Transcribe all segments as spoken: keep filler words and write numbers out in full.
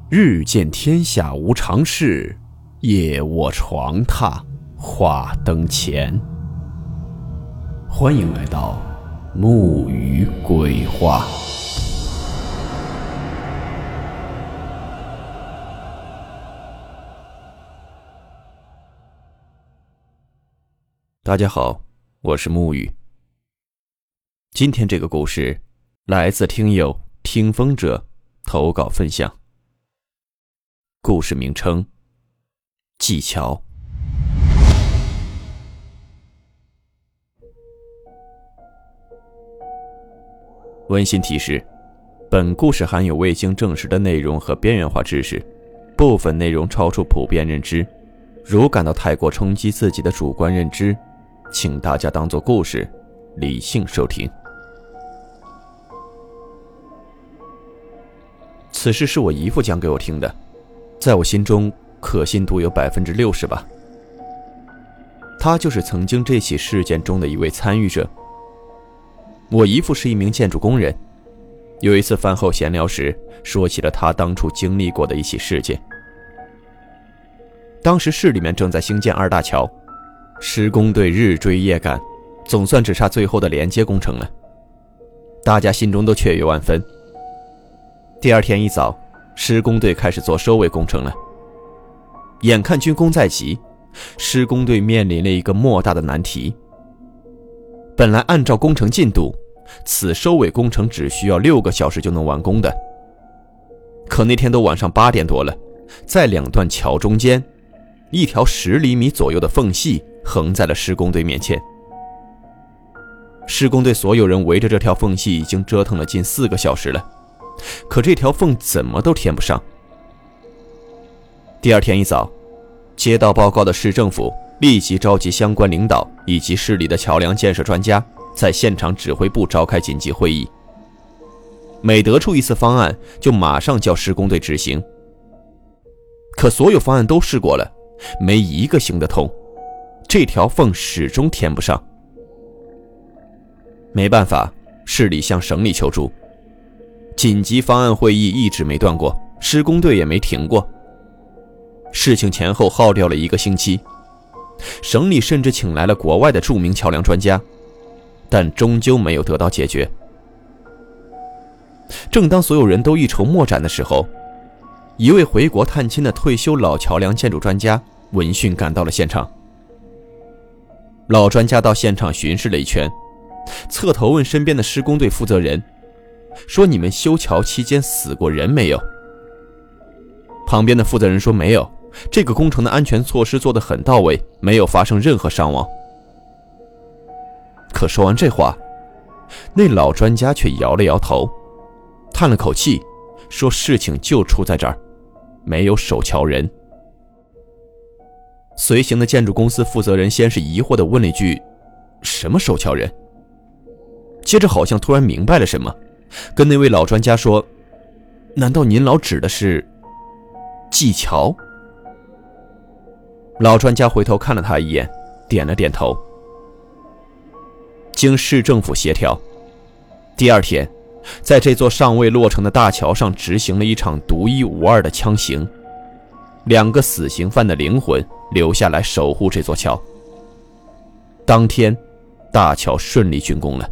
日见天下无常事，夜卧床榻话灯前。欢迎来到木鱼鬼话。大家好，我是木鱼。今天这个故事来自听友听风者投稿分享。故事名称：技巧。温馨提示：本故事含有未经证实的内容和边缘化知识，部分内容超出普遍认知，如感到太过冲击自己的主观认知，请大家当作故事，理性收听。此事是我姨父讲给我听的，在我心中可信度有 百分之六十 吧。他就是曾经这起事件中的一位参与者。我姨父是一名建筑工人，有一次饭后闲聊时，说起了他当初经历过的一起事件。当时市里面正在兴建二大桥，施工队日追夜赶，总算只差最后的连接工程了，大家心中都雀跃万分。第二天一早，施工队开始做收尾工程了。眼看军功在即，施工队面临了一个莫大的难题。本来按照工程进度，此收尾工程只需要六个小时就能完工的，可那天都晚上八点多了，在两段桥中间，一条十厘米左右的缝隙横在了施工队面前。施工队所有人围着这条缝隙已经折腾了近四个小时了，可这条缝怎么都填不上。第二天一早，接到报告的市政府立即召集相关领导以及市里的桥梁建设专家，在现场指挥部召开紧急会议。每得出一次方案，就马上叫施工队执行。可所有方案都试过了，没一个行得通，这条缝始终填不上。没办法，市里向省里求助。紧急方案会议一直没断过，施工队也没停过。事情前后耗掉了一个星期，省里甚至请来了国外的著名桥梁专家，但终究没有得到解决。正当所有人都一筹莫展的时候，一位回国探亲的退休老桥梁建筑专家闻讯赶到了现场。老专家到现场巡视了一圈，侧头问身边的施工队负责人，说你们修桥期间死过人没有？旁边的负责人说没有，这个工程的安全措施做得很到位，没有发生任何伤亡。可说完这话，那老专家却摇了摇头，叹了口气，说事情就出在这儿，没有守桥人。随行的建筑公司负责人先是疑惑地问了一句，什么守桥人？接着好像突然明白了什么，跟那位老专家说，难道您老指的是技桥？老专家回头看了他一眼，点了点头。经市政府协调，第二天在这座尚未落成的大桥上执行了一场独一无二的枪刑，两个死刑犯的灵魂留下来守护这座桥。当天大桥顺利竣工了。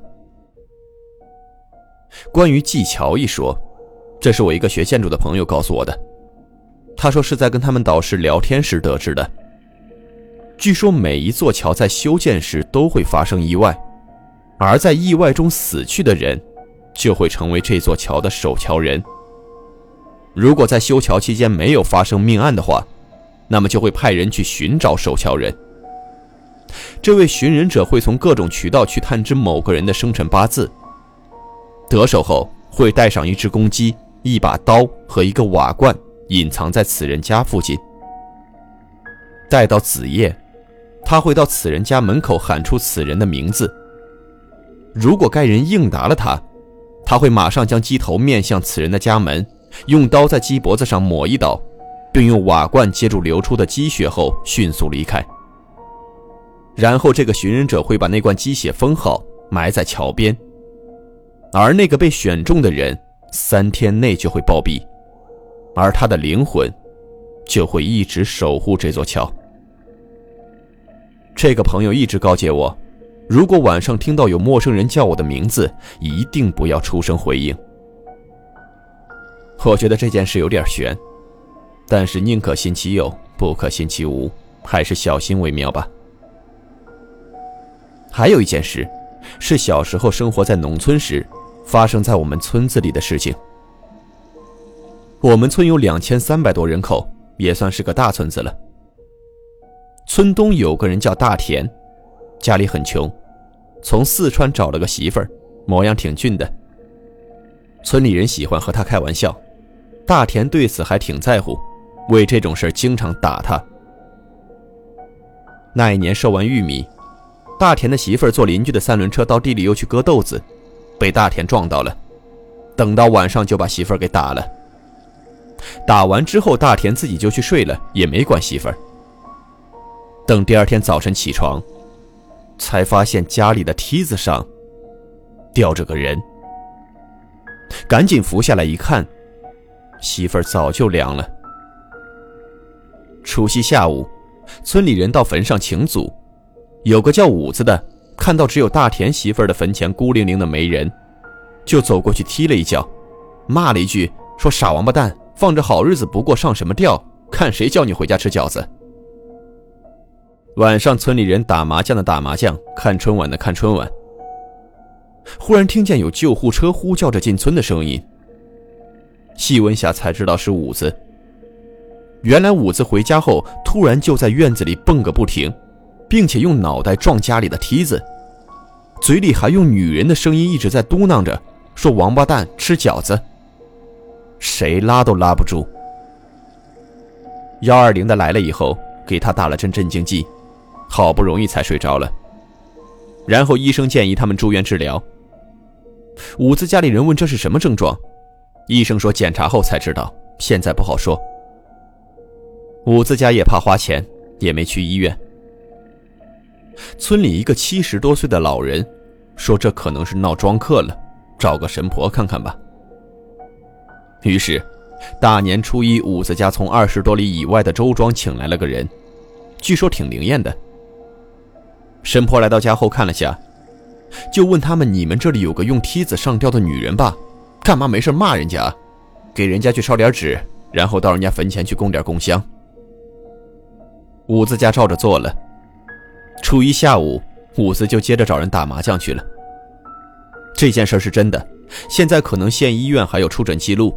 关于技桥一说，这是我一个学建筑的朋友告诉我的，他说是在跟他们导师聊天时得知的。据说每一座桥在修建时都会发生意外，而在意外中死去的人就会成为这座桥的守桥人。如果在修桥期间没有发生命案的话，那么就会派人去寻找守桥人。这位寻人者会从各种渠道去探知某个人的生辰八字，得手后会带上一只公鸡、一把刀和一个瓦罐，隐藏在此人家附近。待到子夜，他会到此人家门口喊出此人的名字。如果该人应答了他，他会马上将鸡头面向此人的家门，用刀在鸡脖子上抹一刀，并用瓦罐接住流出的鸡血后迅速离开。然后这个寻人者会把那罐鸡血封好，埋在桥边，而那个被选中的人三天内就会暴毙。 而他的灵魂就会一直守护这座桥。这个朋友一直告诫我，如果晚上听到有陌生人叫我的名字，一定不要出声回应。我觉得这件事有点悬，但是宁可信其有，不可信其无，还是小心为妙吧。还有一件事，是小时候生活在农村时发生在我们村子里的事情。我们村有两千三百多人口，也算是个大村子了。村东有个人叫大田，家里很穷，从四川找了个媳妇儿，模样挺俊的。村里人喜欢和他开玩笑，大田对此还挺在乎，为这种事经常打他。那一年收完玉米，大田的媳妇儿坐邻居的三轮车到地里又去割豆子，被大田撞到了，等到晚上就把媳妇儿给打了。打完之后，大田自己就去睡了，也没管媳妇儿。等第二天早晨起床，才发现家里的梯子上吊着个人，赶紧扶下来一看，媳妇儿早就凉了。除夕下午，村里人到坟上请祖，有个叫五子的看到只有大田媳妇儿的坟前孤零零的没人，就走过去踢了一脚，骂了一句，说傻王八蛋，放着好日子不过上什么吊，看谁叫你回家吃饺子。晚上村里人打麻将的打麻将，看春晚的看春晚。忽然听见有救护车呼叫着进村的声音，细问下才知道是五子。原来五子回家后突然就在院子里蹦个不停，并且用脑袋撞家里的梯子，嘴里还用女人的声音一直在嘟囔着，说王八蛋吃饺子。谁拉都拉不住。一二零的来了以后，给他打了针镇静剂，好不容易才睡着了。然后医生建议他们住院治疗。五子家里人问这是什么症状，医生说检查后才知道，现在不好说。五子家也怕花钱，也没去医院。村里一个七十多岁的老人说这可能是闹庄客了，找个神婆看看吧。于是大年初一，五子家从二十多里以外的周庄请来了个人，据说挺灵验的。神婆来到家后看了下，就问他们，你们这里有个用梯子上吊的女人吧，干嘛没事骂人家？给人家去烧点纸，然后到人家坟前去供点供香。五子家照着做了。初一下午，五子就接着找人打麻将去了。这件事是真的，现在可能县医院还有出诊记录。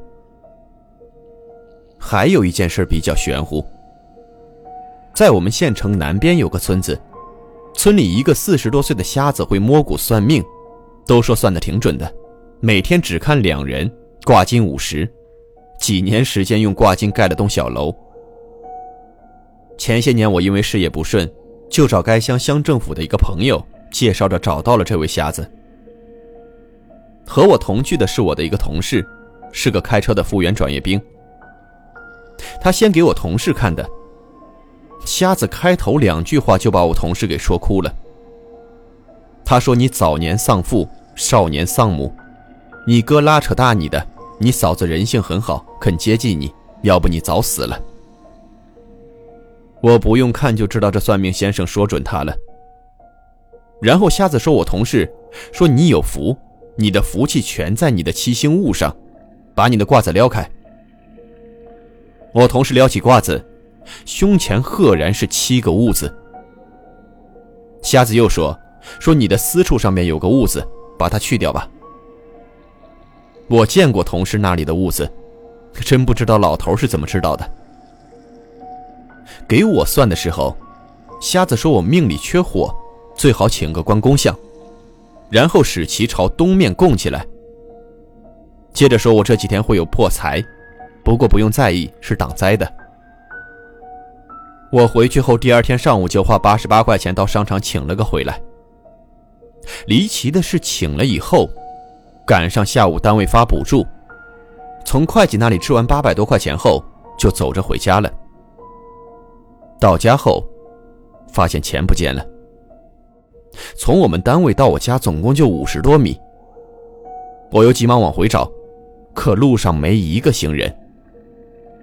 还有一件事比较玄乎，在我们县城南边有个村子，村里一个四十多岁的瞎子会摸骨算命，都说算得挺准的，每天只看两人，挂金五十，几年时间用挂金盖了栋小楼。前些年我因为事业不顺，就找该乡乡政府的一个朋友介绍着找到了这位瞎子。和我同居的是我的一个同事，是个开车的复员转业兵。他先给我同事看的，瞎子开头两句话就把我同事给说哭了。他说你早年丧父，少年丧母，你哥拉扯大你的，你嫂子人性很好，肯接济你，要不你早死了。我不用看就知道这算命先生说准他了。然后瞎子说我同事，说你有福，你的福气全在你的七星物上，把你的褂子撩开。我同事撩起褂子，胸前赫然是七个物字。瞎子又说，说你的私处上面有个物字，把它去掉吧。我见过同事那里的物字，真不知道老头是怎么知道的。给我算的时候，瞎子说我命里缺火，最好请个关公像，然后使其朝东面供起来。接着说我这几天会有破财，不过不用在意，是挡灾的。我回去后第二天上午就花八十八块钱到商场请了个回来。离奇的是请了以后，赶上下午单位发补助，从会计那里支完八百多块钱后就走着回家了。到家后发现钱不见了。从我们单位到我家总共就五十多米，我又急忙往回找，可路上没一个行人。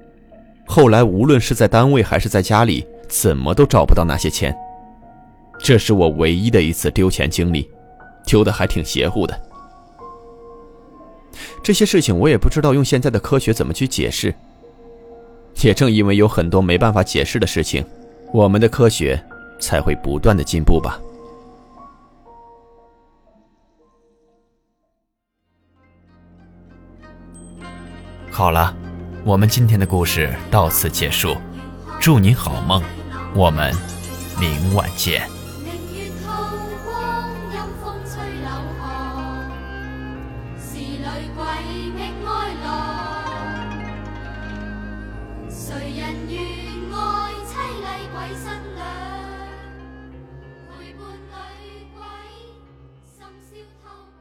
后来无论是在单位还是在家里，怎么都找不到那些钱。这是我唯一的一次丢钱经历，丢的还挺邪乎的。这些事情我也不知道用现在的科学怎么去解释，也正因为有很多没办法解释的事情，我们的科学才会不断的进步吧。 好了，我们今天的故事到此结束，祝您好梦，我们明晚见。 谁人愿爱凄厉鬼新娘，陪伴女鬼，深宵偷。